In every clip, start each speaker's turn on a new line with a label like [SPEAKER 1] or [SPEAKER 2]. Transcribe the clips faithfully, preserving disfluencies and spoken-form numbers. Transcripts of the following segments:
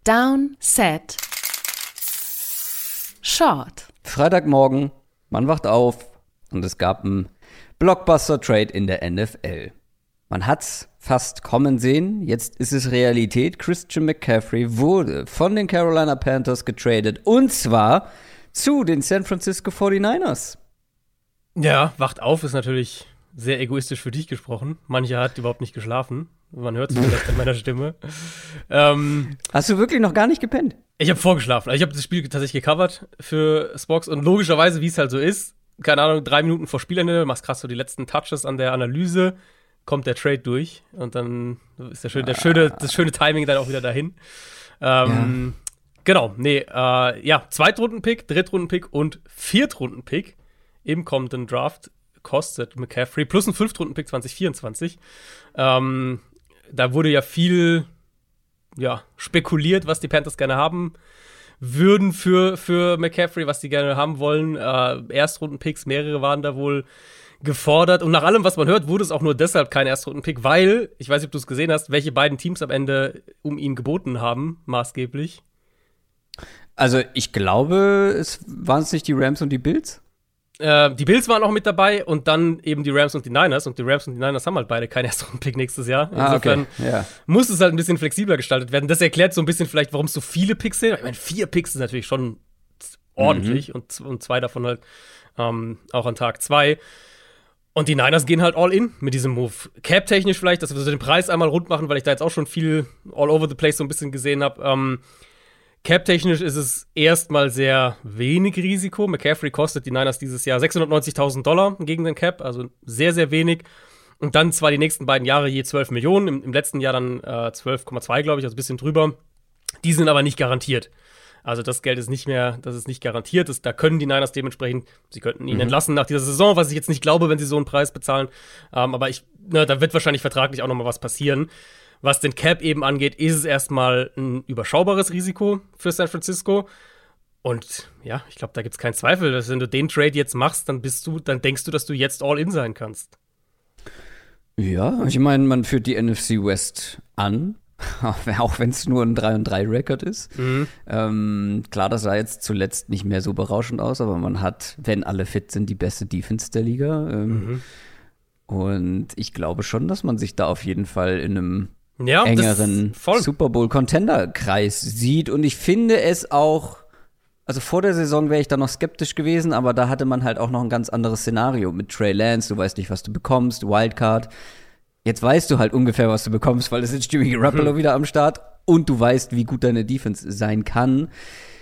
[SPEAKER 1] Down, Set, Short.
[SPEAKER 2] Freitagmorgen, man wacht auf und es gab einen Blockbuster-Trade in der N F L. Man hat's fast kommen sehen, jetzt ist es Realität. Christian McCaffrey wurde von den Carolina Panthers getradet und zwar zu den San Francisco forty-niners.
[SPEAKER 3] Ja, wacht auf ist natürlich sehr egoistisch für dich gesprochen. Mancher hat überhaupt nicht geschlafen. Man hört es vielleicht an meiner Stimme. Ähm,
[SPEAKER 2] Hast du wirklich noch gar nicht gepennt?
[SPEAKER 3] Ich habe vorgeschlafen. Also ich habe das Spiel tatsächlich gecovert für Spox und logischerweise, wie es halt so ist, keine Ahnung, drei Minuten vor Spielende, machst krass so die letzten Touches an der Analyse, kommt der Trade durch und dann ist der schöne, der schöne, das schöne Timing dann auch wieder dahin. Ähm, ja. Genau, nee, äh, ja, Zweitrunden-Pick, Drittrunden-Pick und Viertrunden-Pick im kommenden Draft kostet McCaffrey plus ein Fünftrunden-Pick zwanzig vierundzwanzig. Ähm, da wurde ja viel ja, spekuliert, was die Panthers gerne haben würden für, für McCaffrey, was die gerne haben wollen. Äh, Erstrunden-Picks, mehrere waren da wohl gefordert. Und nach allem, was man hört, wurde es auch nur deshalb kein Erstrunden-Pick, weil, ich weiß nicht, ob du es gesehen hast, welche beiden Teams am Ende um ihn geboten haben, maßgeblich.
[SPEAKER 2] Also ich glaube, es waren es nicht die Rams und die Bills?
[SPEAKER 3] Äh, die Bills waren auch mit dabei und dann eben die Rams und die Niners. Und die Rams und die Niners haben halt beide keinen Erstrunden-Pick nächstes Jahr. Insofern
[SPEAKER 2] ah, okay. ja.
[SPEAKER 3] muss es halt ein bisschen flexibler gestaltet werden. Das erklärt so ein bisschen vielleicht, warum es so viele Picks sind. Ich meine, vier Picks ist natürlich schon ordentlich mhm. und, und zwei davon halt ähm, auch an Tag zwei. Und die Niners gehen halt all in mit diesem Move. Cap-technisch vielleicht, dass wir so den Preis einmal rund machen, weil ich da jetzt auch schon viel all over the place so ein bisschen gesehen habe. Ähm, Cap-technisch ist es erstmal sehr wenig Risiko. McCaffrey kostet die Niners dieses Jahr sechshundertneunzigtausend Dollar gegen den Cap, also sehr, sehr wenig. Und dann zwar die nächsten beiden Jahre je zwölf Millionen, im, im letzten Jahr dann äh, zwölf Komma zwei, glaube ich, also ein bisschen drüber. Die sind aber nicht garantiert. Also das Geld ist nicht mehr, das ist nicht garantiert. Das, da können die Niners dementsprechend, sie könnten ihn mhm. entlassen nach dieser Saison, was ich jetzt nicht glaube, wenn sie so einen Preis bezahlen. Ähm, aber ich, na, da wird wahrscheinlich vertraglich auch noch mal was passieren. Was den Cap eben angeht, ist es erstmal ein überschaubares Risiko für San Francisco. Und ja, ich glaube, da gibt es keinen Zweifel, dass wenn du den Trade jetzt machst, dann bist du, dann denkst du, dass du jetzt all in sein kannst.
[SPEAKER 2] Ja, ich meine, man führt die N F C West an, auch wenn es nur ein drei und drei Rekord ist. Mhm. Ähm, klar, das sah jetzt zuletzt nicht mehr so berauschend aus, aber man hat, wenn alle fit sind, die beste Defense der Liga. Ähm, mhm. Und ich glaube schon, dass man sich da auf jeden Fall in einem Ja, engeren Super Bowl-Contender-Kreis sieht. Und ich finde es auch, also vor der Saison wäre ich da noch skeptisch gewesen, aber da hatte man halt auch noch ein ganz anderes Szenario mit Trey Lance. Du weißt nicht, was du bekommst, Wildcard. Jetzt weißt du halt ungefähr, was du bekommst, weil es ist Jimmy Garoppolo mhm. wieder am Start und du weißt, wie gut deine Defense sein kann.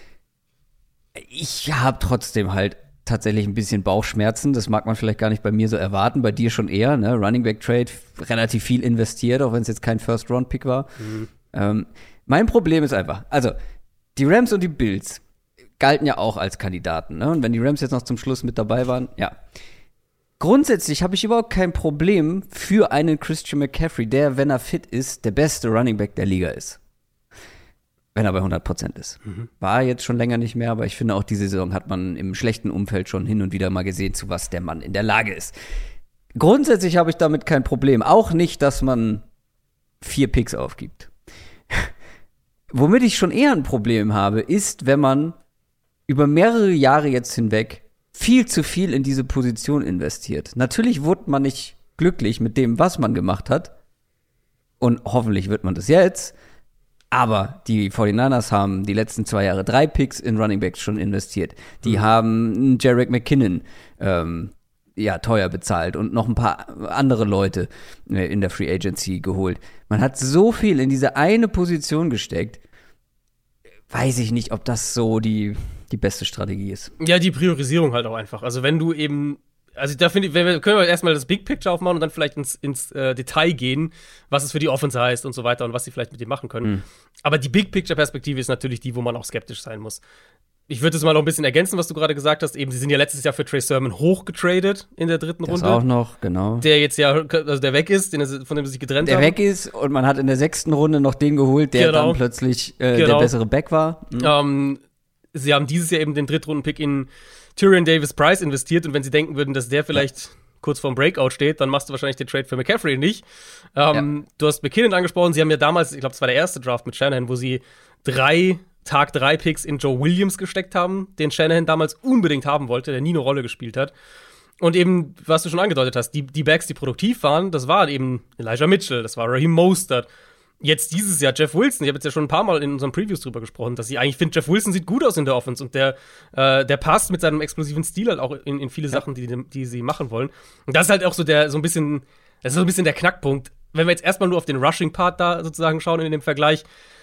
[SPEAKER 2] Ich habe trotzdem halt tatsächlich ein bisschen Bauchschmerzen. Das mag man vielleicht gar nicht bei mir so erwarten, bei dir schon eher, ne? Running Back Trade, relativ viel investiert, auch wenn es jetzt kein First-Round-Pick war. Mhm. Ähm, mein Problem ist einfach, also die Rams und die Bills galten ja auch als Kandidaten, ne? Und wenn die Rams jetzt noch zum Schluss mit dabei waren, ja. Grundsätzlich habe ich überhaupt kein Problem für einen Christian McCaffrey, der, wenn er fit ist, der beste Running Back der Liga ist. Wenn er bei hundert Prozent ist. Mhm. War jetzt schon länger nicht mehr, aber ich finde auch diese Saison hat man im schlechten Umfeld schon hin und wieder mal gesehen, zu was der Mann in der Lage ist. Grundsätzlich habe ich damit kein Problem. Auch nicht, dass man vier Picks aufgibt. Womit ich schon eher ein Problem habe, ist, wenn man über mehrere Jahre jetzt hinweg viel zu viel in diese Position investiert. Natürlich wurde man nicht glücklich mit dem, was man gemacht hat. Und hoffentlich wird man das jetzt. Aber die forty-niners haben die letzten zwei Jahre drei Picks in Running Backs schon investiert. Die mhm. haben Jerick McKinnon ähm, ja, teuer bezahlt und noch ein paar andere Leute in der Free Agency geholt. Man hat so viel in diese eine Position gesteckt. Weiß ich nicht, ob das so die, die beste Strategie ist.
[SPEAKER 3] Ja, die Priorisierung halt auch einfach. Also wenn du eben Also da finde ich, wenn wir, können wir erstmal das Big Picture aufmachen und dann vielleicht ins, ins äh, Detail gehen, was es für die Offense heißt und so weiter und was sie vielleicht mit dem machen können. Mhm. Aber die Big Picture Perspektive ist natürlich die, wo man auch skeptisch sein muss. Ich würde es mal noch ein bisschen ergänzen, was du gerade gesagt hast. Eben, sie sind ja letztes Jahr für Trey Sermon hochgetradet in der dritten
[SPEAKER 2] das
[SPEAKER 3] Runde.
[SPEAKER 2] Auch noch, genau.
[SPEAKER 3] Der jetzt ja, also der weg ist, den, von dem sie sich getrennt
[SPEAKER 2] der
[SPEAKER 3] haben.
[SPEAKER 2] Der weg ist und man hat in der sechsten Runde noch den geholt, der genau. dann plötzlich äh, genau. der bessere Back war.
[SPEAKER 3] Mhm. Ähm, sie haben dieses Jahr eben den Drittrunden-Pick in Tyrion Davis Price investiert und wenn sie denken würden, dass der vielleicht kurz vorm Breakout steht, dann machst du wahrscheinlich den Trade für McCaffrey nicht. Ähm,
[SPEAKER 2] ja.
[SPEAKER 3] Du hast McKinnon angesprochen, sie haben ja damals, ich glaube, es war der erste Draft mit Shanahan, wo sie drei Tag drei Picks in Joe Williams gesteckt haben, den Shanahan damals unbedingt haben wollte, der nie eine Rolle gespielt hat. Und eben, was du schon angedeutet hast, die, die Backs, die produktiv waren, das war eben Elijah Mitchell, das war Raheem Mostert. Jetzt dieses Jahr Jeff Wilson, ich habe jetzt ja schon ein paar Mal in unseren Previews drüber gesprochen, dass ich eigentlich finde, Jeff Wilson sieht gut aus in der Offense und der, äh, der passt mit seinem explosiven Stil halt auch in, in viele ja. Sachen, die, die sie machen wollen. Und das ist halt auch so der, so ein bisschen, das ist so ein bisschen der Knackpunkt. Wenn wir jetzt erstmal nur auf den Rushing-Part da sozusagen schauen in dem Vergleich,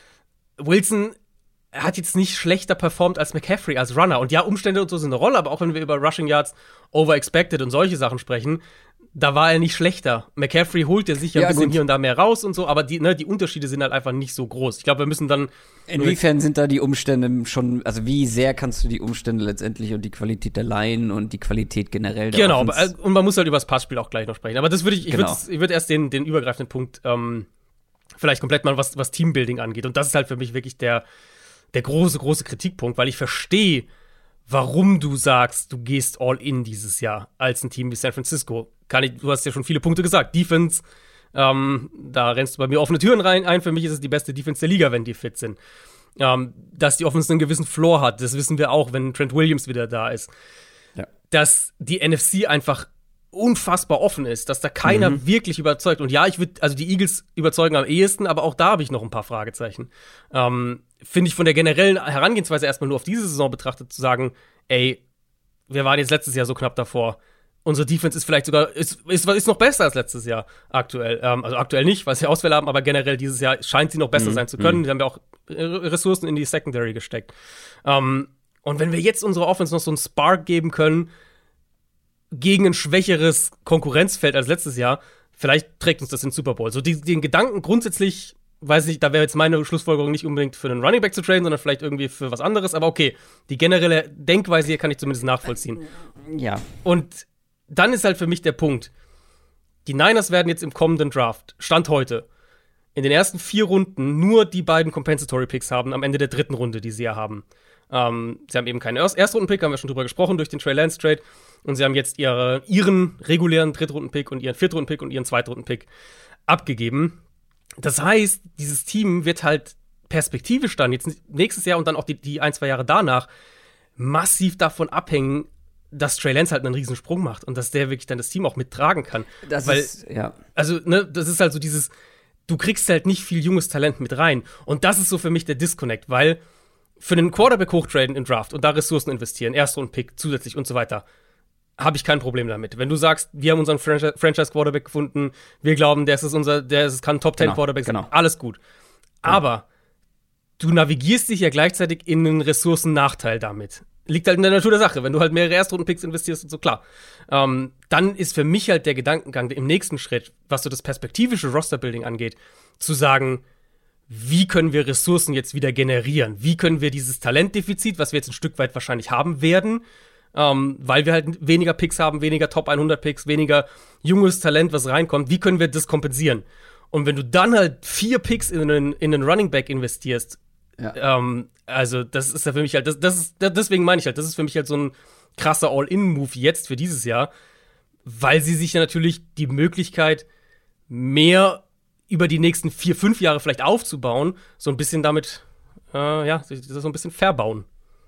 [SPEAKER 3] Wilson hat jetzt nicht schlechter performt als McCaffrey als Runner. Und ja, Umstände und so sind eine Rolle, aber auch wenn wir über Rushing Yards over expected und solche Sachen sprechen, da war er nicht schlechter. McCaffrey holt ja sicher ja, ein bisschen gut. hier und da mehr raus und so, aber die, ne, die Unterschiede sind halt einfach nicht so groß. Ich glaube, wir müssen dann
[SPEAKER 2] Inwiefern sind da die Umstände schon, also wie sehr kannst du die Umstände letztendlich und die Qualität der Line und die Qualität generell der
[SPEAKER 3] Genau, aber, und man muss halt über das Passspiel auch gleich noch sprechen. Aber das würde ich, ich
[SPEAKER 2] genau.
[SPEAKER 3] würde würd erst den, den übergreifenden Punkt ähm, vielleicht komplett mal, was, was Teambuilding angeht. Und das ist halt für mich wirklich der der große, große Kritikpunkt, weil ich verstehe, warum du sagst, du gehst all in dieses Jahr als ein Team wie San Francisco. Kann ich, du hast ja schon viele Punkte gesagt. Defense, ähm, da rennst du bei mir offene Türen rein ein. Für mich ist es die beste Defense der Liga, wenn die fit sind. Ähm, dass die Offense einen gewissen Floor hat, das wissen wir auch, wenn Trent Williams wieder da ist. Ja. Dass die N F C einfach unfassbar offen ist, dass da keiner mhm. wirklich überzeugt. Und ja, ich würde, also die Eagles überzeugen am ehesten, aber auch da habe ich noch ein paar Fragezeichen. Ähm, Finde ich von der generellen Herangehensweise erstmal nur auf diese Saison betrachtet, zu sagen, ey, wir waren jetzt letztes Jahr so knapp davor. Unsere Defense ist vielleicht sogar, ist, ist, ist noch besser als letztes Jahr aktuell. Ähm, also aktuell nicht, weil sie Ausfälle haben, aber generell dieses Jahr scheint sie noch besser mhm. sein zu können. Mhm. Die haben ja auch Ressourcen in die Secondary gesteckt. Ähm, und wenn wir jetzt unserer Offense noch so einen Spark geben können, gegen ein schwächeres Konkurrenzfeld als letztes Jahr, vielleicht trägt uns das in den Super Bowl. So die, den Gedanken grundsätzlich, weiß ich, da wäre jetzt meine Schlussfolgerung nicht unbedingt für einen Running Back zu traden, sondern vielleicht irgendwie für was anderes. Aber okay, die generelle Denkweise hier kann ich zumindest nachvollziehen.
[SPEAKER 2] Ja.
[SPEAKER 3] Und dann ist halt für mich der Punkt, die Niners werden jetzt im kommenden Draft, Stand heute, in den ersten vier Runden nur die beiden Compensatory Picks haben, am Ende der dritten Runde, die sie ja haben. Ähm, sie haben eben keinen Erstrunden-Pick, haben wir schon drüber gesprochen, durch den Trey Lance-Trade. Und sie haben jetzt ihre, ihren regulären Drittrunden-Pick und ihren Viertrunden-Pick und ihren Zweitrunden-Pick abgegeben. Das heißt, dieses Team wird halt perspektivisch dann jetzt nächstes Jahr und dann auch die, die ein, zwei Jahre danach massiv davon abhängen, dass Trey Lance halt einen riesen Sprung macht und dass der wirklich dann das Team auch mittragen kann.
[SPEAKER 2] Das
[SPEAKER 3] Weil,
[SPEAKER 2] ist, ja.
[SPEAKER 3] Also, ne, das ist halt so dieses, du kriegst halt nicht viel junges Talent mit rein. Und das ist so für mich der Disconnect, weil für einen Quarterback hochtraden im Draft und da Ressourcen investieren, Erstrunden-Pick zusätzlich und so weiter, habe ich kein Problem damit. Wenn du sagst, wir haben unseren Franchise- Franchise-Quarterback gefunden, wir glauben, der ist unser, der ist, kann Top-Ten-Quarterback sein,
[SPEAKER 2] genau.
[SPEAKER 3] alles gut. Aber du navigierst dich ja gleichzeitig in einen Ressourcennachteil damit. Liegt halt in der Natur der Sache. Wenn du halt mehrere Erstrunden-Picks investierst und so, klar. Ähm, dann ist für mich halt der Gedankengang im nächsten Schritt, was so das perspektivische Roster-Building angeht, zu sagen, wie können wir Ressourcen jetzt wieder generieren? Wie können wir dieses Talentdefizit, was wir jetzt ein Stück weit wahrscheinlich haben werden, ähm, weil wir halt weniger Picks haben, weniger Top hundert Picks, weniger junges Talent, was reinkommt, wie können wir das kompensieren? Und wenn du dann halt vier Picks in einen, in einen Running Back investierst, ja. ähm, also das ist ja für mich halt, das, das ist, deswegen meine ich halt, das ist für mich halt so ein krasser All-In-Move jetzt für dieses Jahr, weil sie sich ja natürlich die Möglichkeit mehr über die nächsten vier, fünf Jahre vielleicht aufzubauen, so ein bisschen damit, äh, ja, das so ein bisschen verbauen.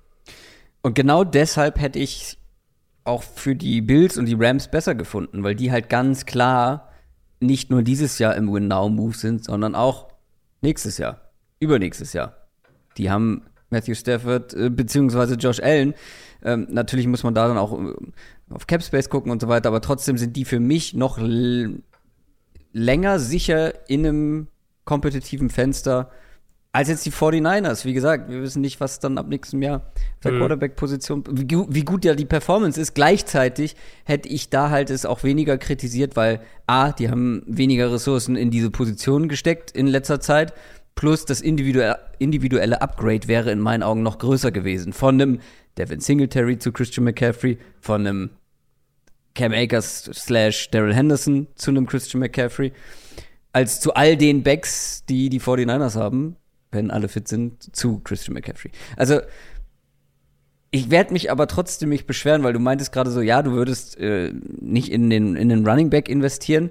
[SPEAKER 2] Und genau deshalb hätte ich auch für die Bills und die Rams besser gefunden, weil die halt ganz klar nicht nur dieses Jahr im Win-Now-Move sind, sondern auch nächstes Jahr, übernächstes Jahr. Die haben Matthew Stafford äh, beziehungsweise Josh Allen. Ähm, natürlich muss man da dann auch äh, auf Capspace gucken und so weiter, aber trotzdem sind die für mich noch l- länger sicher in einem kompetitiven Fenster als jetzt die forty-niners. Wie gesagt, wir wissen nicht, was dann ab nächstem Jahr auf der mhm. Quarterback-Position, wie, wie gut ja die Performance ist. Gleichzeitig hätte ich da halt es auch weniger kritisiert, weil A, die haben weniger Ressourcen in diese Position gesteckt in letzter Zeit, plus das individuelle, individuelle Upgrade wäre in meinen Augen noch größer gewesen. Von einem Devin Singletary zu Christian McCaffrey, von einem Cam Akers slash Darrell Henderson zu einem Christian McCaffrey, als zu all den Backs, die die forty-niners haben, wenn alle fit sind, zu Christian McCaffrey. Also Ich werde mich aber trotzdem nicht beschweren, weil du meintest gerade so, ja, du würdest äh, nicht in den, in den Running Back investieren.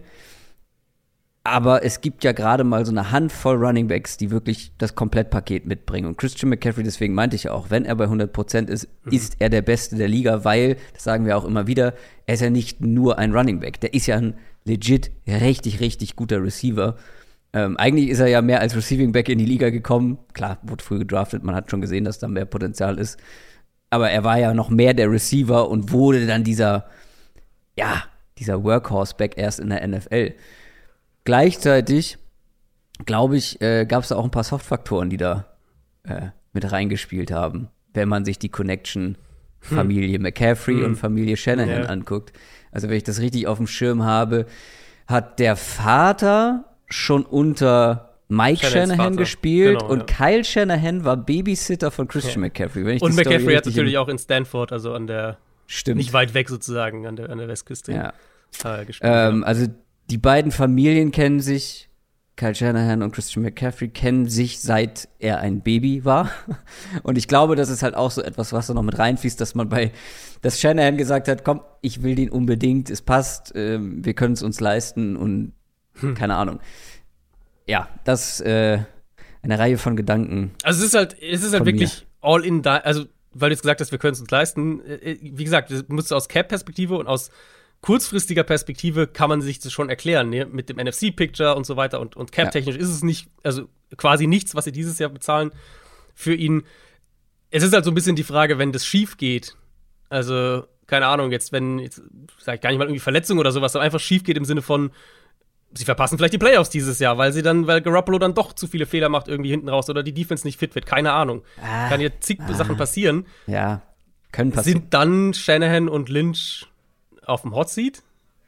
[SPEAKER 2] Aber es gibt ja gerade mal so eine Handvoll Running Backs, die wirklich das Komplettpaket mitbringen. Und Christian McCaffrey, deswegen meinte ich ja auch, wenn er bei hundert Prozent ist, mhm. ist er der Beste der Liga, weil, das sagen wir auch immer wieder, er ist ja nicht nur ein Running Back. Der ist ja ein legit, richtig, richtig guter Receiver. Ähm, eigentlich ist er ja mehr als Receiving Back in die Liga gekommen. Klar, wurde früh gedraftet, man hat schon gesehen, dass da mehr Potenzial ist. Aber er war ja noch mehr der Receiver und wurde dann dieser, ja, dieser Workhorse-Back erst in der N F L. Gleichzeitig, glaube ich, äh, gab es da auch ein paar Soft-Faktoren, die da äh, mit reingespielt haben, wenn man sich die Connection Familie hm. McCaffrey hm. und Familie Shanahan ja. anguckt. Also wenn ich das richtig auf dem Schirm habe, hat der Vater schon unter Mike Shanahans Shanahan Vater. gespielt genau, und ja. Kyle Shanahan war Babysitter von Christian ja. McCaffrey. Wenn ich
[SPEAKER 3] und
[SPEAKER 2] die
[SPEAKER 3] McCaffrey
[SPEAKER 2] Story
[SPEAKER 3] hat natürlich auch in Stanford, also an der,
[SPEAKER 2] Stimmt.
[SPEAKER 3] nicht weit weg sozusagen, an der, an der Westküste
[SPEAKER 2] ja.
[SPEAKER 3] äh, gespielt.
[SPEAKER 2] Ähm,
[SPEAKER 3] ja.
[SPEAKER 2] Also die beiden Familien kennen sich, Kyle Shanahan und Christian McCaffrey kennen sich, seit er ein Baby war. Und ich glaube, das ist halt auch so etwas, was da noch mit reinfließt, dass man bei, dass Shanahan gesagt hat, komm, ich will den unbedingt, es passt, ähm, wir können es uns leisten und hm. keine Ahnung. Ja, das äh, eine Reihe von Gedanken.
[SPEAKER 3] Also es ist halt, es ist halt wirklich mir. all in da, also weil du jetzt gesagt hast, wir können es uns leisten. Wie gesagt, das musst du aus Cap-Perspektive und aus kurzfristiger Perspektive kann man sich das schon erklären, ne? Mit dem N F C-Picture und so weiter und, und Cap-technisch ja. ist es nicht, also quasi nichts, was sie dieses Jahr bezahlen für ihn. Es ist halt so ein bisschen die Frage, wenn das schief geht, also keine Ahnung, jetzt wenn, jetzt sag ich gar nicht mal irgendwie Verletzung oder sowas, aber einfach schief geht im Sinne von, sie verpassen vielleicht die Playoffs dieses Jahr, weil sie dann, weil Garoppolo dann doch zu viele Fehler macht irgendwie hinten raus oder die Defense nicht fit wird, keine Ahnung. Ah, kann ja zig ah, Sachen passieren.
[SPEAKER 2] Ja, können passieren.
[SPEAKER 3] Sind dann Shanahan und Lynch auf dem Hot Seat?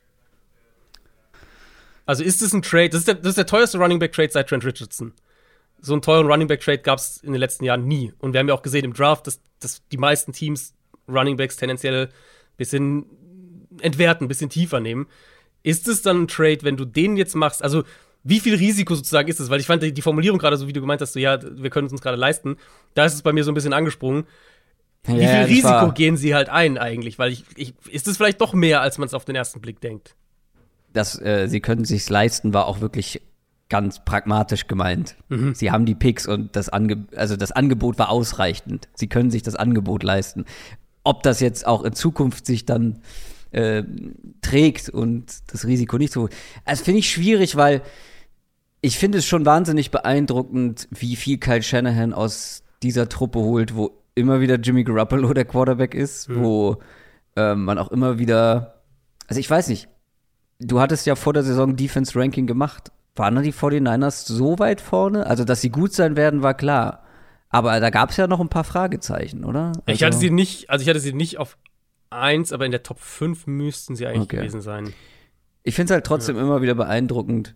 [SPEAKER 3] Also ist es ein Trade, das ist der, das ist der teuerste Running Back Trade seit Trent Richardson. So einen teuren Running Back Trade gab es in den letzten Jahren nie. Und wir haben ja auch gesehen im Draft, dass, dass die meisten Teams Running Backs tendenziell ein bisschen entwerten, ein bisschen tiefer nehmen. Ist es dann ein Trade, wenn du den jetzt machst, also wie viel Risiko sozusagen ist es? Weil ich fand die Formulierung gerade so, wie du gemeint hast, so ja, wir können es uns gerade leisten, da ist es bei mir so ein bisschen angesprungen. Wie viel ja, Risiko war... gehen sie halt ein eigentlich? Weil ich, ich ist es vielleicht doch mehr, als man es auf den ersten Blick denkt?
[SPEAKER 2] Das, äh, sie können sich's leisten, war auch wirklich ganz pragmatisch gemeint. Mhm. Sie haben die Picks und das, Ange- also das Angebot war ausreichend. Sie können sich das Angebot leisten. Ob das jetzt auch in Zukunft sich dann äh, trägt und das Risiko nicht so. Also finde ich schwierig, weil ich finde es schon wahnsinnig beeindruckend, wie viel Kyle Shanahan aus dieser Truppe holt, wo immer wieder Jimmy Garoppolo der Quarterback ist, mhm. wo äh, man auch immer wieder, also ich weiß nicht, du hattest ja vor der Saison Defense Ranking gemacht. Waren da die forty-niners so weit vorne? Also, dass sie gut sein werden, war klar. Aber da gab es ja noch ein paar Fragezeichen, oder? Also
[SPEAKER 3] ich hatte sie nicht, also ich hatte sie nicht auf eins, aber in der Top fünf müssten sie eigentlich
[SPEAKER 2] okay.
[SPEAKER 3] gewesen sein.
[SPEAKER 2] Ich finde es halt trotzdem ja. immer wieder beeindruckend,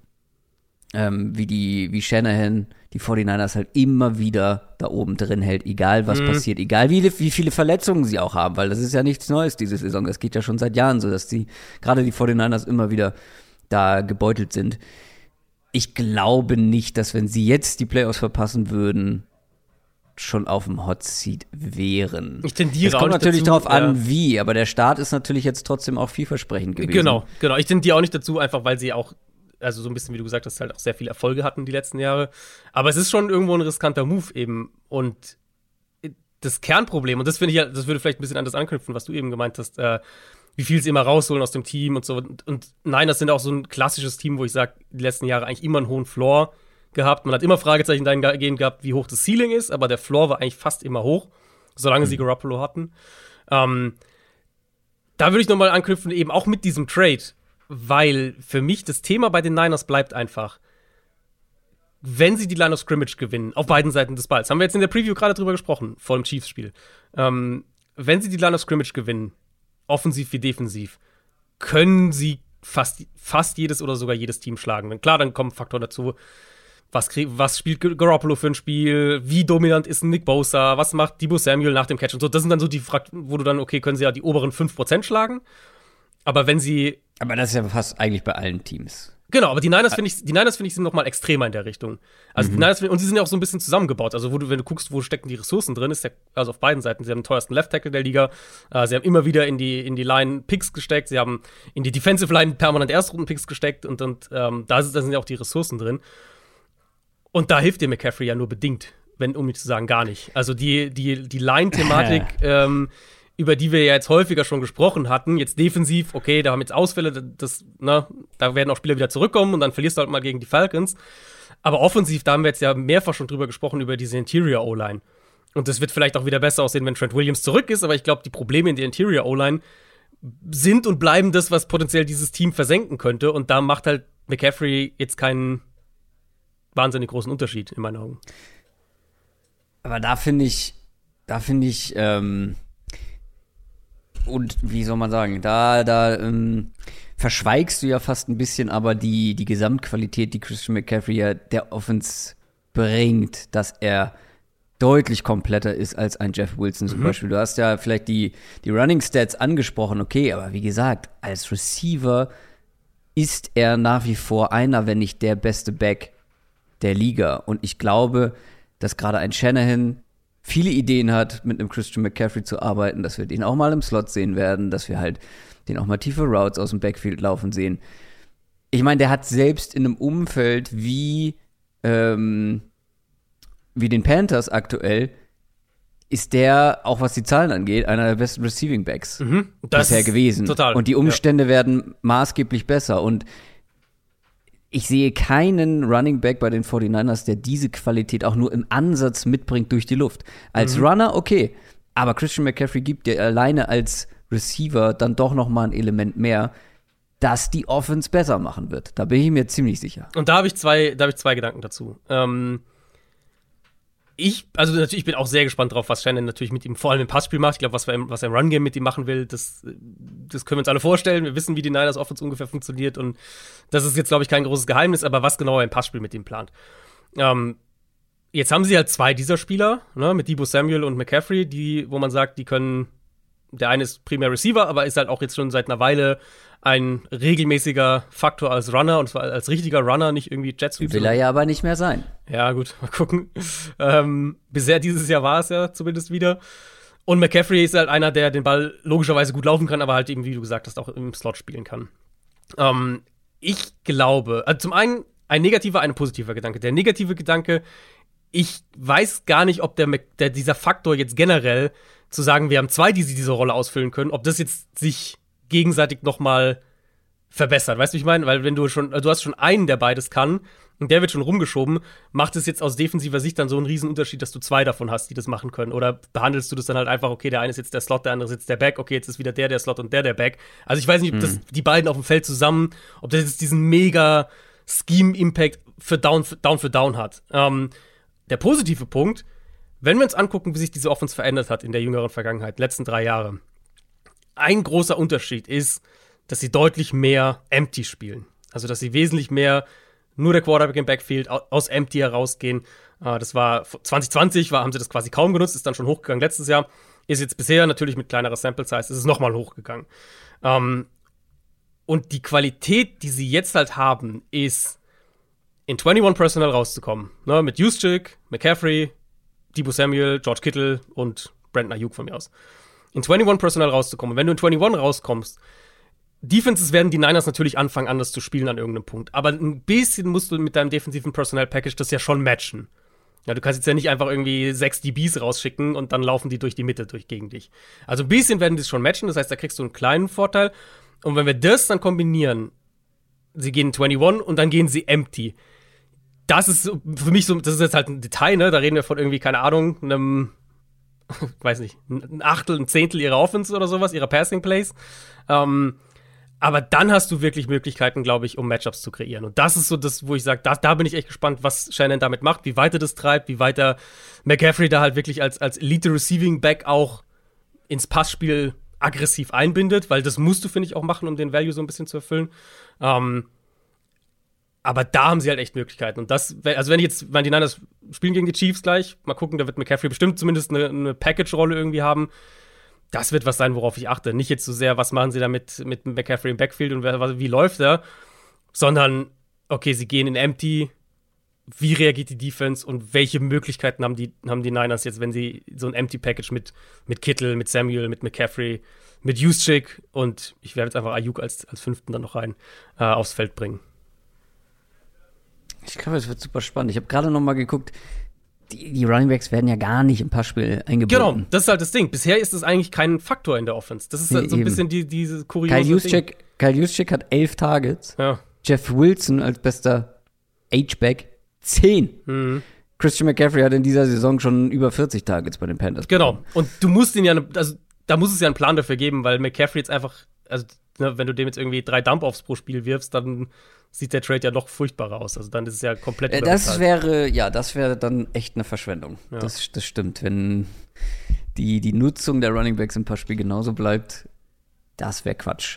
[SPEAKER 2] ähm, wie die, wie Shanahan die forty-niners halt immer wieder da oben drin hält, egal was mhm. passiert, egal wie, wie viele Verletzungen sie auch haben, weil das ist ja nichts Neues diese Saison. Das geht ja schon seit Jahren so, dass die, gerade die forty-niners immer wieder da gebeutelt sind. Ich glaube nicht, dass wenn sie jetzt die Playoffs verpassen würden, schon auf dem Hot Seat wären.
[SPEAKER 3] Ich tendiere
[SPEAKER 2] Es kommt
[SPEAKER 3] auch nicht
[SPEAKER 2] natürlich
[SPEAKER 3] dazu,
[SPEAKER 2] darauf an,
[SPEAKER 3] ja.
[SPEAKER 2] wie, aber der Start ist natürlich jetzt trotzdem auch vielversprechend gewesen.
[SPEAKER 3] Genau, genau. Ich tendiere auch nicht dazu, einfach weil sie auch, also so ein bisschen, wie du gesagt hast, halt auch sehr viele Erfolge hatten die letzten Jahre. Aber es ist schon irgendwo ein riskanter Move eben. Und das Kernproblem, und das finde ich ja, das würde vielleicht ein bisschen anders anknüpfen, was du eben gemeint hast, äh, wie viel sie immer rausholen aus dem Team und so. Und, und nein, das sind auch so ein klassisches Team, wo ich sage, die letzten Jahre eigentlich immer einen hohen Floor gehabt. Man hat immer Fragezeichen dahingehend gehabt, wie hoch das Ceiling ist, aber der Floor war eigentlich fast immer hoch, solange mhm. sie Garoppolo hatten. Ähm, da würde ich nochmal anknüpfen, eben auch mit diesem Trade, weil für mich das Thema bei den Niners bleibt einfach, wenn sie die Line of Scrimmage gewinnen, auf beiden Seiten des Balls, haben wir jetzt in der Preview gerade drüber gesprochen, vor dem Chiefs-Spiel, ähm, wenn sie die Line of Scrimmage gewinnen, offensiv wie defensiv, können sie fast, fast jedes oder sogar jedes Team schlagen. Klar, dann kommen Faktoren dazu, was, krieg, was spielt Garoppolo für ein Spiel, wie dominant ist ein Nick Bosa, was macht Deebo Samuel nach dem Catch und so. Das sind dann so die Faktoren, wo du dann, okay, können sie ja die oberen fünf Prozent schlagen, aber wenn sie
[SPEAKER 2] Aber das ist ja fast eigentlich bei allen Teams.
[SPEAKER 3] Genau, aber die Niners finde ich, die Niners finde ich sind noch mal extremer in der Richtung. Also
[SPEAKER 2] Mhm.
[SPEAKER 3] die Niners, und sie sind ja auch so ein bisschen zusammengebaut. Also wo du, wenn du guckst, wo stecken die Ressourcen drin, ist der, also auf beiden Seiten. Sie haben den teuersten Left Tackle der Liga. Äh, sie haben immer wieder in die in die Line Picks gesteckt. Sie haben in die Defensive Line permanent Erstrunden Picks gesteckt und und ähm, da, ist, da sind ja auch die Ressourcen drin. Und da hilft dir McCaffrey ja nur bedingt, wenn um nicht zu sagen gar nicht. Also die die die Line-Thematik. ähm, über die wir ja jetzt häufiger schon gesprochen hatten. Jetzt defensiv, okay, da haben jetzt Ausfälle, das, ne, da werden auch Spieler wieder zurückkommen und dann verlierst du halt mal gegen die Falcons. Aber offensiv, da haben wir jetzt ja mehrfach schon drüber gesprochen, über diese Interior O-Line. Und das wird vielleicht auch wieder besser aussehen, wenn Trent Williams zurück ist, aber ich glaube, die Probleme in der Interior O-Line sind und bleiben das, was potenziell dieses Team versenken könnte. Und da macht halt McCaffrey jetzt keinen wahnsinnig großen Unterschied, in meinen Augen.
[SPEAKER 2] Aber da finde ich, da finde ich, ähm und wie soll man sagen, da, da ähm, verschweigst du ja fast ein bisschen aber die, die Gesamtqualität, die Christian McCaffrey ja der Offense bringt, dass er deutlich kompletter ist als ein Jeff Wilson zum mhm. Beispiel. Du hast ja vielleicht die, die Running Stats angesprochen, okay, aber wie gesagt, als Receiver ist er nach wie vor einer, wenn nicht der beste Back der Liga. Und ich glaube, dass gerade ein Shanahan viele Ideen hat, mit einem Christian McCaffrey zu arbeiten, dass wir den auch mal im Slot sehen werden, dass wir halt den auch mal tiefe Routes aus dem Backfield laufen sehen. Ich meine, der hat selbst in einem Umfeld wie ähm, wie den Panthers aktuell, ist der, auch was die Zahlen angeht, einer der besten Receiving Backs
[SPEAKER 3] mhm, das
[SPEAKER 2] bisher gewesen.
[SPEAKER 3] Total.
[SPEAKER 2] Und die Umstände ja. werden maßgeblich besser. Und ich sehe keinen Running Back bei den forty-niners, der diese Qualität auch nur im Ansatz mitbringt durch die Luft. Als mhm. Runner, okay. Aber Christian McCaffrey gibt dir alleine als Receiver dann doch noch mal ein Element mehr, das die Offense besser machen wird. Da bin ich mir ziemlich sicher.
[SPEAKER 3] Und da habe ich zwei, da habe ich zwei Gedanken dazu. Ähm, ich, also natürlich, ich bin auch sehr gespannt drauf, was Shannon natürlich mit ihm vor allem im Passspiel macht. Ich glaube, was, was er im Run-Game mit ihm machen will, das, das können wir uns alle vorstellen. Wir wissen, wie die Niners Offense ungefähr funktioniert und das ist jetzt, glaube ich, kein großes Geheimnis, aber was genau er im Passspiel mit ihm plant. Ähm, jetzt haben sie halt zwei dieser Spieler, ne, mit Deebo Samuel und McCaffrey, die, wo man sagt, die können, der eine ist primär Receiver, aber ist halt auch jetzt schon seit einer Weile ein regelmäßiger Faktor als Runner, und zwar als richtiger Runner, nicht irgendwie Jets.
[SPEAKER 2] Will er ja aber nicht mehr sein.
[SPEAKER 3] Ja, gut, mal gucken. ähm, bisher dieses Jahr war es ja zumindest wieder. Und McCaffrey ist halt einer, der den Ball logischerweise gut laufen kann, aber halt eben, wie du gesagt hast, auch im Slot spielen kann. Ähm, ich glaube, also zum einen ein negativer, ein positiver Gedanke. Der negative Gedanke, ich weiß gar nicht, ob der, der dieser Faktor jetzt generell zu sagen, wir haben zwei, die diese Rolle ausfüllen können, ob das jetzt sich gegenseitig noch mal verbessert. Weißt du, wie ich meine? Weil wenn du schon, also du hast schon einen, der beides kann, und der wird schon rumgeschoben, macht es jetzt aus defensiver Sicht dann so einen riesen Unterschied, dass du zwei davon hast, die das machen können? Oder behandelst du das dann halt einfach, okay, der eine ist jetzt der Slot, der andere ist jetzt der Back, okay, jetzt ist wieder der der Slot und der der Back. Also ich weiß nicht, ob das die beiden auf dem Feld zusammen, ob das jetzt diesen mega Scheme-Impact für Down für Down, für Down hat. Ähm, der positive Punkt, wenn wir uns angucken, wie sich diese Offense verändert hat in der jüngeren Vergangenheit, letzten drei Jahre, ein großer Unterschied ist, dass sie deutlich mehr Empty spielen. Also, dass sie wesentlich mehr nur der Quarterback im Backfield aus Empty herausgehen. Das war zwanzig zwanzig, war, haben sie das quasi kaum genutzt, ist dann schon hochgegangen letztes Jahr. Ist jetzt bisher natürlich mit kleinerer Sample Size, ist es nochmal hochgegangen. Und die Qualität, die sie jetzt halt haben, ist, in einundzwanzig Personnel rauszukommen. Ne, mit Juszczyk, McCaffrey, Deebo Samuel, George Kittle und Brandon Ayuk von mir aus. In einundzwanzig Personnel rauszukommen. Und wenn du in einundzwanzig rauskommst, Defenses werden die Niners natürlich anfangen, anders zu spielen an irgendeinem Punkt. Aber ein bisschen musst du mit deinem defensiven Personnel-Package das ja schon matchen. Ja, du kannst jetzt ja nicht einfach irgendwie sechs D Bs rausschicken und dann laufen die durch die Mitte durch gegen dich. Also ein bisschen werden die es schon matchen, das heißt, da kriegst du einen kleinen Vorteil. Und wenn wir das dann kombinieren, sie gehen in einundzwanzig und dann gehen sie empty. Das ist für mich so, das ist jetzt halt ein Detail, ne? Da reden wir von irgendwie, keine Ahnung, einem, weiß nicht, ein Achtel, ein Zehntel ihrer Offense oder sowas, ihrer Passing Plays. Ähm, aber dann hast du wirklich Möglichkeiten, glaube ich, um Matchups zu kreieren. Und das ist so das, wo ich sage, da, da bin ich echt gespannt, was Shannon damit macht, wie weit er das treibt, wie weit er McCaffrey da halt wirklich als, als Elite-Receiving-Back auch ins Passspiel aggressiv einbindet, weil das musst du, finde ich, auch machen, um den Value so ein bisschen zu erfüllen. Ähm, aber da haben sie halt echt Möglichkeiten. Und das, also wenn ich jetzt, wenn die Niners spielen gegen die Chiefs gleich, mal gucken, da wird McCaffrey bestimmt zumindest eine, eine Package-Rolle irgendwie haben. Das wird was sein, worauf ich achte. Nicht jetzt so sehr, was machen sie da mit, mit McCaffrey im Backfield und wie läuft er, sondern okay, sie gehen in Empty, wie reagiert die Defense und welche Möglichkeiten haben die, haben die Niners jetzt, wenn sie so ein Empty-Package mit, mit Kittle, mit Samuel, mit McCaffrey, mit Juszczyk und ich werde jetzt einfach Ayuk als, als Fünften dann noch rein äh, aufs Feld bringen.
[SPEAKER 2] Ich glaube, es wird super spannend. Ich habe gerade noch mal geguckt, die, die Running Backs werden ja gar nicht im Passspiel eingebunden.
[SPEAKER 3] Genau, das ist halt das Ding. Bisher ist es eigentlich kein Faktor in der Offense. Das ist halt so ein
[SPEAKER 2] Eben.
[SPEAKER 3] bisschen die, diese kuriose
[SPEAKER 2] Kyle Juszczyk, Kyle Juszczyk hat elf Targets.
[SPEAKER 3] Ja.
[SPEAKER 2] Jeff Wilson als bester H-Back zehn.
[SPEAKER 3] Mhm.
[SPEAKER 2] Christian McCaffrey hat in dieser Saison schon über vierzig Targets bei den Panthers.
[SPEAKER 3] Genau. Und du musst ihn ja, also da muss es ja einen Plan dafür geben, weil McCaffrey jetzt einfach, also ne, wenn du dem jetzt irgendwie drei Dump-Offs pro Spiel wirfst, dann sieht der Trade ja noch furchtbarer aus. Also dann ist es ja komplett
[SPEAKER 2] Äh, das wäre, ja, das wäre dann echt eine Verschwendung.
[SPEAKER 3] Ja.
[SPEAKER 2] Das, das stimmt. Wenn die, die Nutzung der Running Backs im Passspiel genauso bleibt, das wäre Quatsch.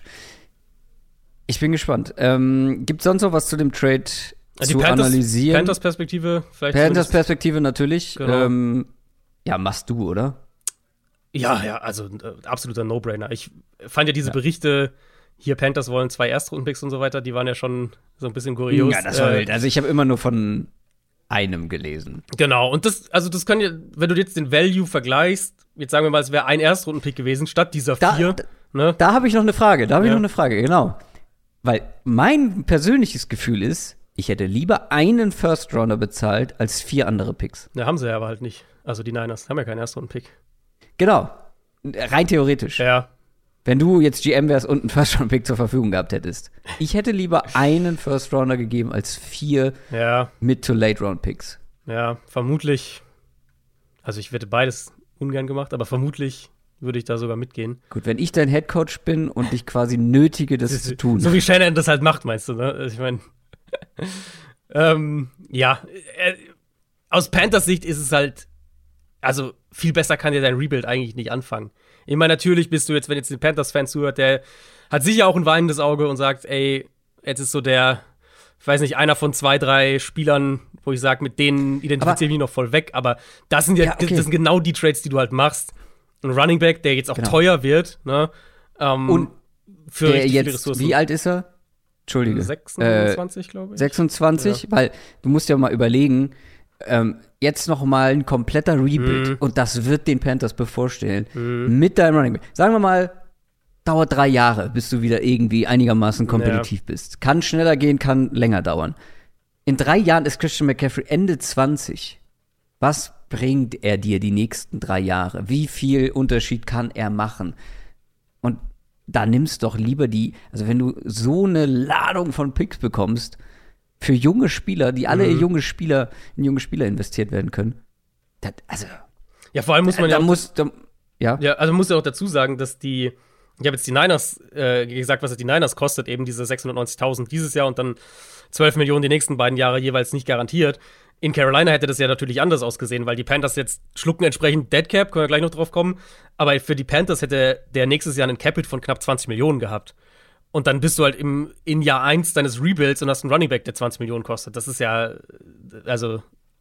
[SPEAKER 2] Ich bin gespannt. Ähm, Gibt es sonst noch was zu dem Trade
[SPEAKER 3] die
[SPEAKER 2] zu
[SPEAKER 3] Panthers,
[SPEAKER 2] analysieren?
[SPEAKER 3] Panthers-Perspektive vielleicht.
[SPEAKER 2] Panthers Perspektive natürlich.
[SPEAKER 3] Genau.
[SPEAKER 2] Ähm, ja, machst du, oder?
[SPEAKER 3] Ja, ja, also äh, absoluter No-Brainer. Ich fand ja diese
[SPEAKER 2] Ja.
[SPEAKER 3] Berichte, hier Panthers wollen zwei Erstrundenpicks und so weiter, die waren ja schon so ein bisschen kurios.
[SPEAKER 2] Ja, das war
[SPEAKER 3] Äh,
[SPEAKER 2] wild. Also ich habe immer nur von einem gelesen.
[SPEAKER 3] Genau, und das, also das kann ja, wenn du jetzt den Value vergleichst, jetzt sagen wir mal, es wäre ein Erstrundenpick gewesen, statt dieser
[SPEAKER 2] Da-
[SPEAKER 3] vier,
[SPEAKER 2] da-
[SPEAKER 3] ne?
[SPEAKER 2] Da habe ich noch eine Frage. Da habe ich
[SPEAKER 3] Ja.
[SPEAKER 2] noch eine Frage, genau. Weil mein persönliches Gefühl ist, ich hätte lieber einen First Rounder bezahlt als vier andere Picks.
[SPEAKER 3] Ja, haben sie ja aber halt nicht. Also die Niners haben ja keinen Erstrundenpick.
[SPEAKER 2] Genau. Rein theoretisch.
[SPEAKER 3] Ja,
[SPEAKER 2] Wenn du jetzt G M wärst und einen First Round Pick zur Verfügung gehabt hättest. Ich hätte lieber einen First Rounder gegeben als vier
[SPEAKER 3] ja,
[SPEAKER 2] Mid to Late Round Picks.
[SPEAKER 3] ja, vermutlich. Also ich hätte beides ungern gemacht, aber vermutlich würde ich da sogar mitgehen.
[SPEAKER 2] Gut, wenn ich dein Headcoach bin und dich quasi nötige, das zu tun.
[SPEAKER 3] So wie Shannon das halt macht, meinst du, ne? Ich meine, ähm, ja, äh, aus Panthers Sicht ist es halt, also viel besser kann dir dein Rebuild eigentlich nicht anfangen. Ich meine, natürlich bist du jetzt, wenn jetzt den Panthers-Fan zuhört, der hat sicher auch ein weinendes Auge und sagt, ey, jetzt ist so der, ich weiß nicht, einer von zwei, drei Spielern, wo ich sage, mit denen identifiziere ich mich noch voll weg, aber das sind ja,
[SPEAKER 2] Ja, okay.
[SPEAKER 3] das sind genau die Trades, die du halt machst. Ein Running Back, der jetzt auch
[SPEAKER 2] Genau.
[SPEAKER 3] teuer wird, ne? Ähm,
[SPEAKER 2] Und
[SPEAKER 3] für
[SPEAKER 2] Der
[SPEAKER 3] richtig viele
[SPEAKER 2] jetzt,
[SPEAKER 3] Ressourcen.
[SPEAKER 2] wie alt ist er? Entschuldige.
[SPEAKER 3] sechsundzwanzig,
[SPEAKER 2] Äh,
[SPEAKER 3] glaube ich.
[SPEAKER 2] sechsundzwanzig, weil du musst ja mal überlegen, ähm, jetzt noch mal ein kompletter Rebuild
[SPEAKER 3] Mhm.
[SPEAKER 2] und das wird den Panthers bevorstehen
[SPEAKER 3] Mhm.
[SPEAKER 2] mit deinem Running Back. Sagen wir mal, dauert drei Jahre, bis du wieder irgendwie einigermaßen kompetitiv bist. Kann schneller gehen, kann länger dauern. In drei Jahren ist Christian McCaffrey Ende zwanzig. Was bringt er dir die nächsten drei Jahre? Wie viel Unterschied kann er machen? Und da nimmst doch lieber die, also wenn du so eine Ladung von Picks bekommst, für junge Spieler, die alle
[SPEAKER 3] Mhm.
[SPEAKER 2] junge Spieler, in junge Spieler investiert werden können, das, also,
[SPEAKER 3] Ja, vor allem muss man
[SPEAKER 2] da
[SPEAKER 3] ja auch,
[SPEAKER 2] muss, da, ja,
[SPEAKER 3] ja, also man muss ja auch dazu sagen, dass die, ich habe jetzt die Niners äh, gesagt, was es die Niners kostet, eben diese sechshundertneunzigtausend dieses Jahr und dann zwölf Millionen die nächsten beiden Jahre jeweils nicht garantiert. In Carolina hätte das ja natürlich anders ausgesehen, weil die Panthers jetzt schlucken entsprechend Deadcap, können wir gleich noch drauf kommen. Aber für die Panthers hätte der nächstes Jahr einen Capit von knapp zwanzig Millionen gehabt. Und dann bist du halt im, in Jahr eins deines Rebuilds und hast einen Running Back, der zwanzig Millionen kostet. Das ist ja, also,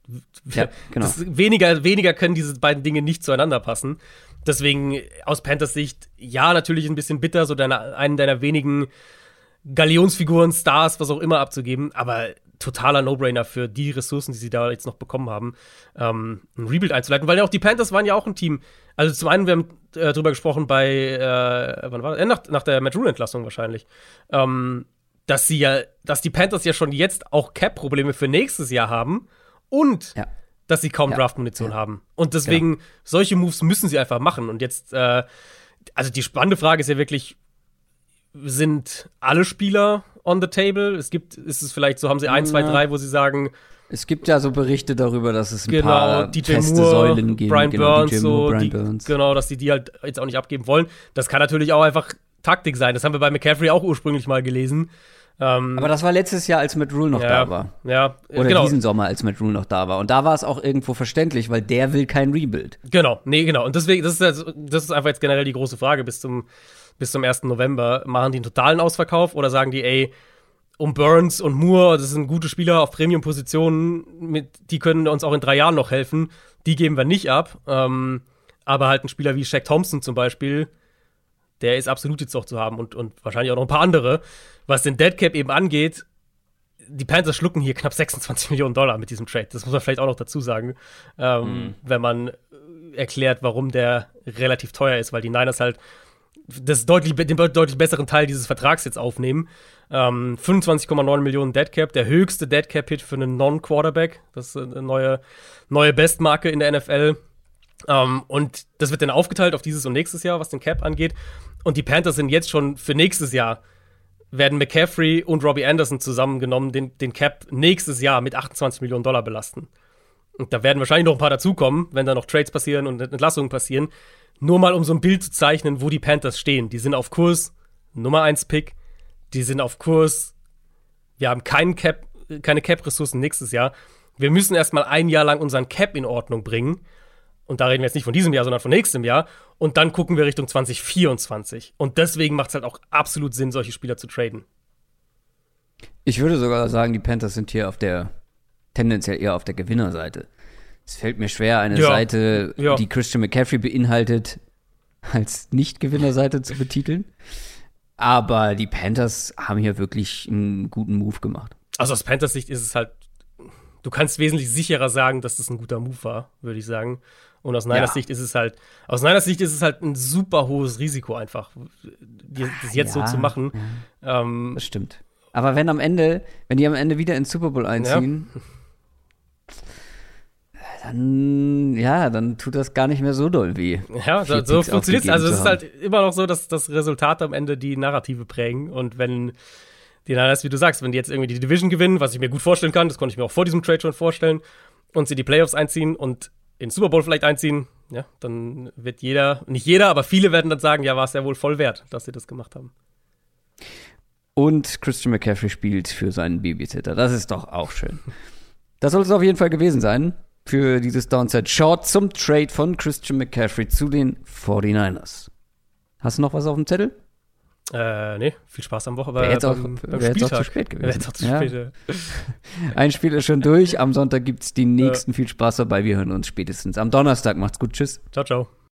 [SPEAKER 2] ja, genau.
[SPEAKER 3] das, weniger, weniger können diese beiden Dinge nicht zueinander passen. Deswegen aus Panthers Sicht, ja, natürlich ein bisschen bitter, so deine, einen deiner wenigen Galionsfiguren, Stars, was auch immer abzugeben, aber totaler No-Brainer für die Ressourcen, die sie da jetzt noch bekommen haben, ähm, ein Rebuild einzuleiten, weil ja auch die Panthers waren ja auch ein Team. Also zum einen, wir haben äh, drüber gesprochen bei, äh, wann war das? Äh, nach, nach der Matt Rule-Entlassung wahrscheinlich, ähm, dass sie ja, dass die Panthers ja schon jetzt auch Cap-Probleme für nächstes Jahr haben und
[SPEAKER 2] Ja.
[SPEAKER 3] dass sie kaum
[SPEAKER 2] Ja.
[SPEAKER 3] Draft-Munition
[SPEAKER 2] Ja.
[SPEAKER 3] haben. Und deswegen, solche Moves müssen sie einfach machen. Und jetzt, äh, also die spannende Frage ist ja wirklich, sind alle Spieler on the table? Es gibt, ist es vielleicht so, haben sie ein, zwei,
[SPEAKER 2] Ja.
[SPEAKER 3] drei, wo sie sagen,
[SPEAKER 2] Es gibt ja so Berichte darüber, dass es ein
[SPEAKER 3] genau,
[SPEAKER 2] paar
[SPEAKER 3] D J
[SPEAKER 2] feste
[SPEAKER 3] Moore,
[SPEAKER 2] Säulen gibt.
[SPEAKER 3] Brian
[SPEAKER 2] genau,
[SPEAKER 3] Burns,
[SPEAKER 2] D J Moore,
[SPEAKER 3] so,
[SPEAKER 2] Brian
[SPEAKER 3] die,
[SPEAKER 2] Burns.
[SPEAKER 3] genau, dass die die halt jetzt auch nicht abgeben wollen. Das kann natürlich auch einfach Taktik sein. Das haben wir bei McCaffrey auch ursprünglich mal gelesen. Ähm,
[SPEAKER 2] Aber das war letztes Jahr, als Matt Rule noch
[SPEAKER 3] ja,
[SPEAKER 2] da war.
[SPEAKER 3] Ja,
[SPEAKER 2] Oder
[SPEAKER 3] genau.
[SPEAKER 2] diesen Sommer, als Matt Rule noch da war. Und da war es auch irgendwo verständlich, weil der will kein Rebuild.
[SPEAKER 3] Genau, nee, genau. Und deswegen, das ist, also, das ist einfach jetzt generell die große Frage bis zum, bis zum ersten November. Machen die einen totalen Ausverkauf oder sagen die, ey, um Burns und Moore, das sind gute Spieler auf Premium-Positionen, mit, die können uns auch in drei Jahren noch helfen. Die geben wir nicht ab. Ähm, aber halt ein Spieler wie Shaq Thompson zum Beispiel, der ist absolut jetzt noch zu haben und, und wahrscheinlich auch noch ein paar andere. Was den Deadcap eben angeht, die Panthers schlucken hier knapp sechsundzwanzig Millionen Dollar mit diesem Trade. Das muss man vielleicht auch noch dazu sagen, ähm, mhm. wenn man erklärt, warum der relativ teuer ist, weil die Niners halt das deutlich, den deutlich besseren Teil dieses Vertrags jetzt aufnehmen. Ähm, fünfundzwanzig Komma neun Millionen Dead Cap, der höchste Dead Cap-Hit für einen Non-Quarterback. Das ist eine neue, neue Bestmarke in der N F L. Ähm, und das wird dann aufgeteilt auf dieses und nächstes Jahr, was den Cap angeht. Und die Panthers sind jetzt schon für nächstes Jahr, werden McCaffrey und Robbie Anderson zusammengenommen, den, den Cap nächstes Jahr mit achtundzwanzig Millionen Dollar belasten. Und da werden wahrscheinlich noch ein paar dazukommen, wenn da noch Trades passieren und Entlassungen passieren. Nur mal, um so ein Bild zu zeichnen, wo die Panthers stehen. Die sind auf Kurs Nummer eins Pick. Die sind auf Kurs, wir haben keinen Cap, keine Cap-Ressourcen nächstes Jahr. Wir müssen erstmal ein Jahr lang unseren Cap in Ordnung bringen. Und da reden wir jetzt nicht von diesem Jahr, sondern von nächstem Jahr. Und dann gucken wir Richtung zwanzig vierundzwanzig. Und deswegen macht es halt auch absolut Sinn, solche Spieler zu traden.
[SPEAKER 2] Ich würde sogar sagen, die Panthers sind hier auf der, tendenziell eher auf der Gewinnerseite. Es fällt mir schwer, eine ja. Seite, ja. die Christian McCaffrey beinhaltet, als Nicht-Gewinnerseite zu betiteln. Aber die Panthers haben hier wirklich einen guten Move gemacht.
[SPEAKER 3] Also aus Panthers Sicht ist es halt, du kannst wesentlich sicherer sagen, dass das ein guter Move war, würde ich sagen. Und aus Niners ja. Sicht ist es halt, aus Niners Sicht ist es halt ein super hohes Risiko einfach, das jetzt ja, so zu machen.
[SPEAKER 2] Ja. Ähm, das stimmt. Aber wenn am Ende, wenn die am Ende wieder ins Super Bowl einziehen, ja. dann, ja, dann tut das gar nicht mehr so doll weh.
[SPEAKER 3] Ja, so, so funktioniert es. Also es ist halt immer noch so, dass das Resultat am Ende die Narrative prägen. Und wenn die Niners, wie du sagst, wenn die jetzt irgendwie die Division gewinnen, was ich mir gut vorstellen kann, das konnte ich mir auch vor diesem Trade schon vorstellen, und sie die Playoffs einziehen und in den Super Bowl vielleicht einziehen, ja, dann wird jeder, nicht jeder, aber viele werden dann sagen, ja, war es ja wohl voll wert, dass sie das gemacht haben.
[SPEAKER 2] Und Christian McCaffrey spielt für seinen Babysitter. Das ist doch auch schön. Das soll es auf jeden Fall gewesen sein für dieses Downside Short zum Trade von Christian McCaffrey zu den forty-niners. Hast du noch was auf dem Zettel?
[SPEAKER 3] Äh, nee, viel Spaß am Wochenende.
[SPEAKER 2] Wäre jetzt auch, beim wär jetzt auch zu spät gewesen.
[SPEAKER 3] Jetzt auch zu spät, ja.
[SPEAKER 2] Ein Spiel ist schon durch. Am Sonntag gibt es die nächsten. Viel Spaß dabei. Wir hören uns spätestens am Donnerstag. Macht's gut. Tschüss.
[SPEAKER 3] Ciao, ciao.